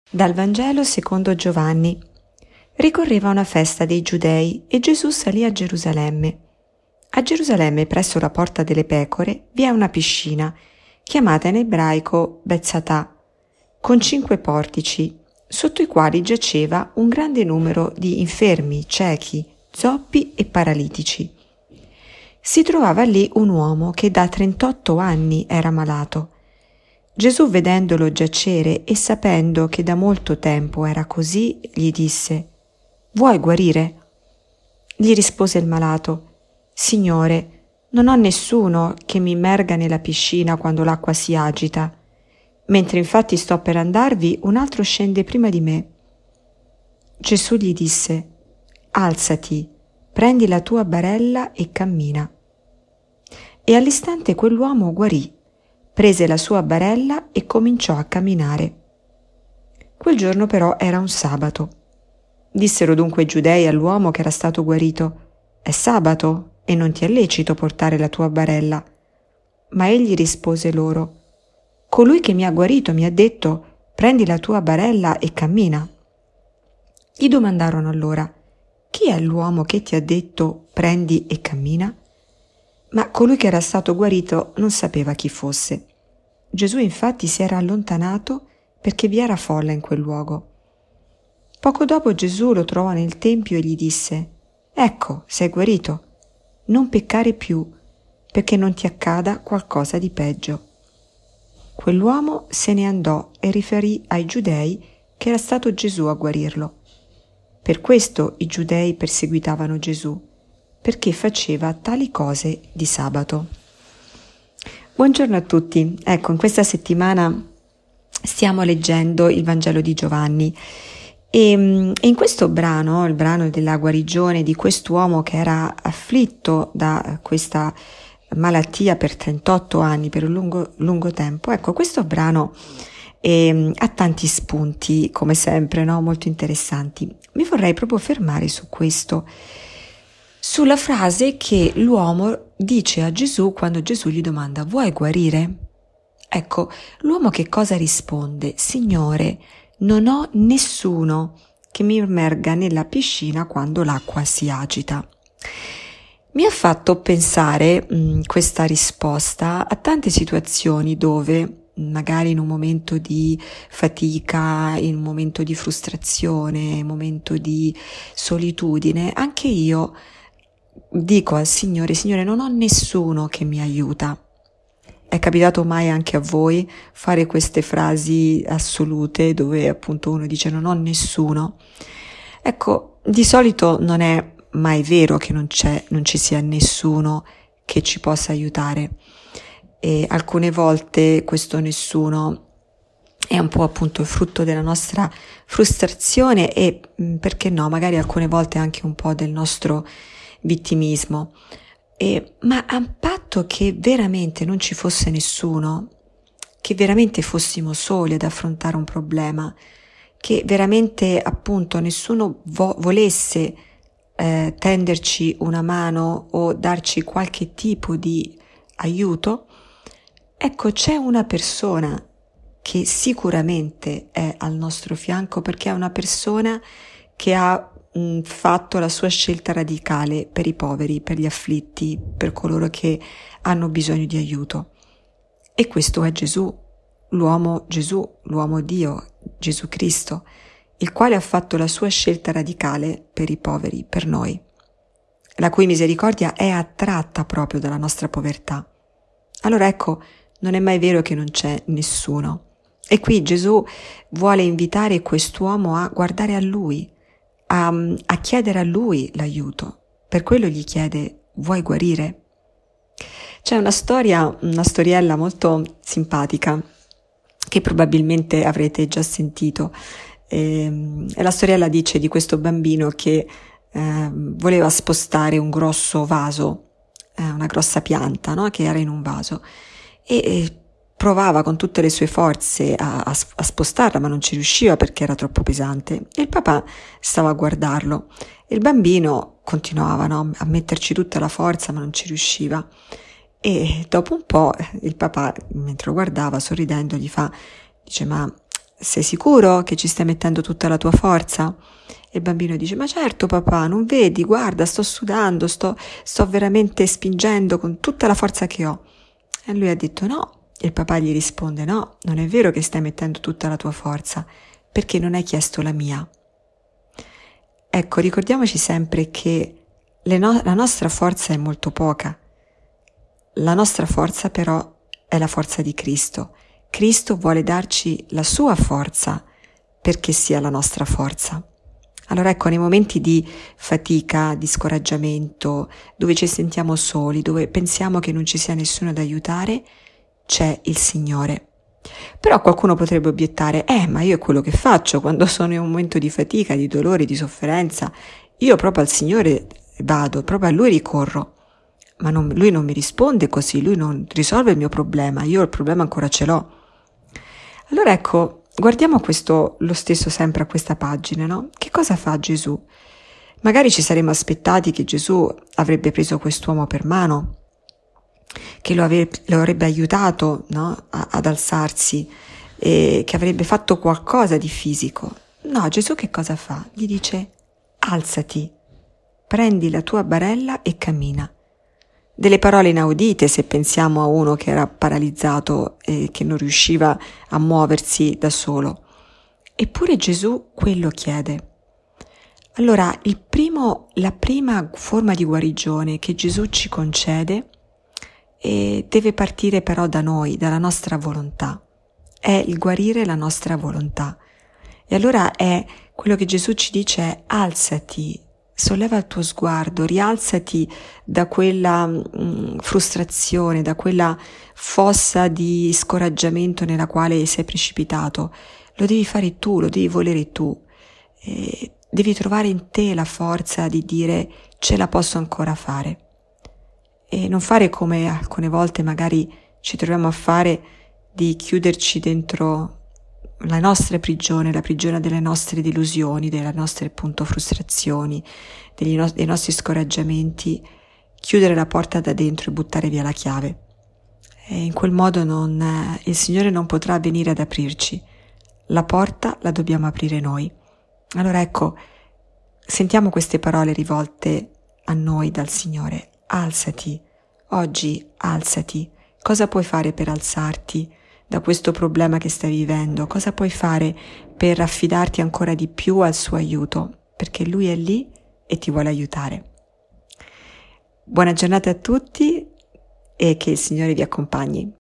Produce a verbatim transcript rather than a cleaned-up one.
Dal Vangelo secondo Giovanni. Ricorreva una festa dei Giudei e Gesù salì a Gerusalemme. A Gerusalemme, presso la Porta delle Pecore, vi è una piscina, chiamata in ebraico Betzatà, con cinque portici, sotto i quali giaceva un grande numero di infermi, ciechi, zoppi e paralitici. Si trovava lì un uomo che da trentotto anni era malato. Gesù, vedendolo giacere e sapendo che da molto tempo era così, gli disse: «Vuoi guarire?» Gli rispose il malato: «Signore, non ho nessuno che mi immerga nella piscina quando l'acqua si agita. Mentre infatti sto per andarvi, un altro scende prima di me». Gesù gli disse: «Alzati, prendi la tua barella e cammina». E all'istante quell'uomo guarì, prese la sua barella e cominciò a camminare. Quel giorno però era un sabato. Dissero dunque i giudei all'uomo che era stato guarito: «È sabato e non ti è lecito portare la tua barella». Ma egli rispose loro: «Colui che mi ha guarito mi ha detto: prendi la tua barella e cammina». Gli domandarono allora: «Chi è l'uomo che ti ha detto: prendi e cammina?» Ma colui che era stato guarito non sapeva chi fosse. Gesù infatti si era allontanato perché vi era folla in quel luogo. Poco dopo Gesù lo trovò nel tempio e gli disse: «Ecco, sei guarito, non peccare più, perché non ti accada qualcosa di peggio». Quell'uomo se ne andò e riferì ai giudei che era stato Gesù a guarirlo. Per questo i giudei perseguitavano Gesù, perché faceva tali cose di sabato. Buongiorno a tutti. Ecco, in questa settimana stiamo leggendo il Vangelo di Giovanni e, e in questo brano, il brano della guarigione di quest'uomo che era afflitto da questa malattia per trentotto anni, per un lungo, lungo tempo, ecco, questo brano eh, ha tanti spunti, come sempre, no? Molto interessanti. Mi vorrei proprio fermare su questo, sulla frase che l'uomo dice a Gesù quando Gesù gli domanda: «Vuoi guarire?» Ecco, l'uomo che cosa risponde? «Signore, non ho nessuno che mi immerga nella piscina quando l'acqua si agita». Mi ha fatto pensare mh, questa risposta a tante situazioni dove magari in un momento di fatica, in un momento di frustrazione, in un momento di solitudine, anche io dico al Signore: Signore, non ho nessuno che mi aiuta. È capitato mai anche a voi fare queste frasi assolute dove appunto uno dice non ho nessuno? Ecco, di solito non è mai vero che non c'è, non ci sia nessuno che ci possa aiutare. E alcune volte questo nessuno è un po' appunto il frutto della nostra frustrazione e, perché no, magari alcune volte anche un po' del nostro vittimismo. E, ma a patto che veramente non ci fosse nessuno, che veramente fossimo soli ad affrontare un problema, che veramente appunto nessuno vo- volesse eh, tenderci una mano o darci qualche tipo di aiuto, ecco, c'è una persona che sicuramente è al nostro fianco, perché è una persona che ha mh, fatto la sua scelta radicale per i poveri, per gli afflitti, per coloro che hanno bisogno di aiuto. E questo è Gesù, l'uomo Gesù, l'uomo Dio, Gesù Cristo, il quale ha fatto la sua scelta radicale per i poveri, per noi, la cui misericordia è attratta proprio dalla nostra povertà. Allora ecco, non è mai vero che non c'è nessuno. E qui Gesù vuole invitare quest'uomo a guardare a Lui, a, a chiedere a Lui l'aiuto. Per quello gli chiede: vuoi guarire? C'è una storia, una storiella molto simpatica che probabilmente avrete già sentito. E, e la storiella dice di questo bambino che eh, voleva spostare un grosso vaso, eh, una grossa pianta, no? Che era in un vaso. E, e provava con tutte le sue forze a, a, a spostarla, ma non ci riusciva perché era troppo pesante. E il papà stava a guardarlo. E il bambino continuava, no, a metterci tutta la forza, ma non ci riusciva. E dopo un po' il papà, mentre lo guardava, sorridendo, gli fa, dice: ma sei sicuro che ci stai mettendo tutta la tua forza? E il bambino dice, ma certo papà, non vedi, guarda, sto sudando, sto, sto veramente spingendo con tutta la forza che ho. E lui ha detto no, e il papà gli risponde, no, non è vero che stai mettendo tutta la tua forza, perché non hai chiesto la mia. Ecco, ricordiamoci sempre che le no- la nostra forza è molto poca, la nostra forza però è la forza di Cristo. Cristo vuole darci la sua forza perché sia la nostra forza. Allora ecco, nei momenti di fatica, di scoraggiamento, dove ci sentiamo soli, dove pensiamo che non ci sia nessuno da aiutare, c'è il Signore. Però qualcuno potrebbe obiettare, eh, ma io è quello che faccio quando sono in un momento di fatica, di dolore, di sofferenza. Io proprio al Signore vado, proprio a Lui ricorro. Ma non, Lui non mi risponde così, Lui non risolve il mio problema, io il problema ancora ce l'ho. Allora ecco, guardiamo questo, lo stesso sempre a questa pagina, no? Che cosa fa Gesù? Magari ci saremmo aspettati che Gesù avrebbe preso quest'uomo per mano, che lo, ave, lo avrebbe aiutato, no? a, ad alzarsi, e che avrebbe fatto qualcosa di fisico. No, Gesù che cosa fa? Gli dice, alzati, prendi la tua barella e cammina. Delle parole inaudite se pensiamo a uno che era paralizzato e che non riusciva a muoversi da solo. Eppure Gesù quello chiede. Allora, il primo, la prima forma di guarigione che Gesù ci concede eh, deve partire però da noi, dalla nostra volontà. È il guarire la nostra volontà. E allora è quello che Gesù ci dice è alzati, solleva il tuo sguardo, rialzati da quella mh, frustrazione, da quella fossa di scoraggiamento nella quale sei precipitato. Lo devi fare tu, lo devi volere tu. E devi trovare in te la forza di dire ce la posso ancora fare. E non fare come alcune volte magari ci troviamo a fare, di chiuderci dentro la nostra prigione, la prigione delle nostre delusioni, delle nostre appunto frustrazioni, degli no- dei nostri scoraggiamenti, chiudere la porta da dentro e buttare via la chiave. E in quel modo non, eh, il Signore non potrà venire ad aprirci. La porta la dobbiamo aprire noi. Allora ecco, sentiamo queste parole rivolte a noi dal Signore. Alzati, oggi alzati. Cosa puoi fare per alzarti da questo problema che stai vivendo? Cosa puoi fare per affidarti ancora di più al suo aiuto? Perché Lui è lì e ti vuole aiutare. Buona giornata a tutti e che il Signore vi accompagni.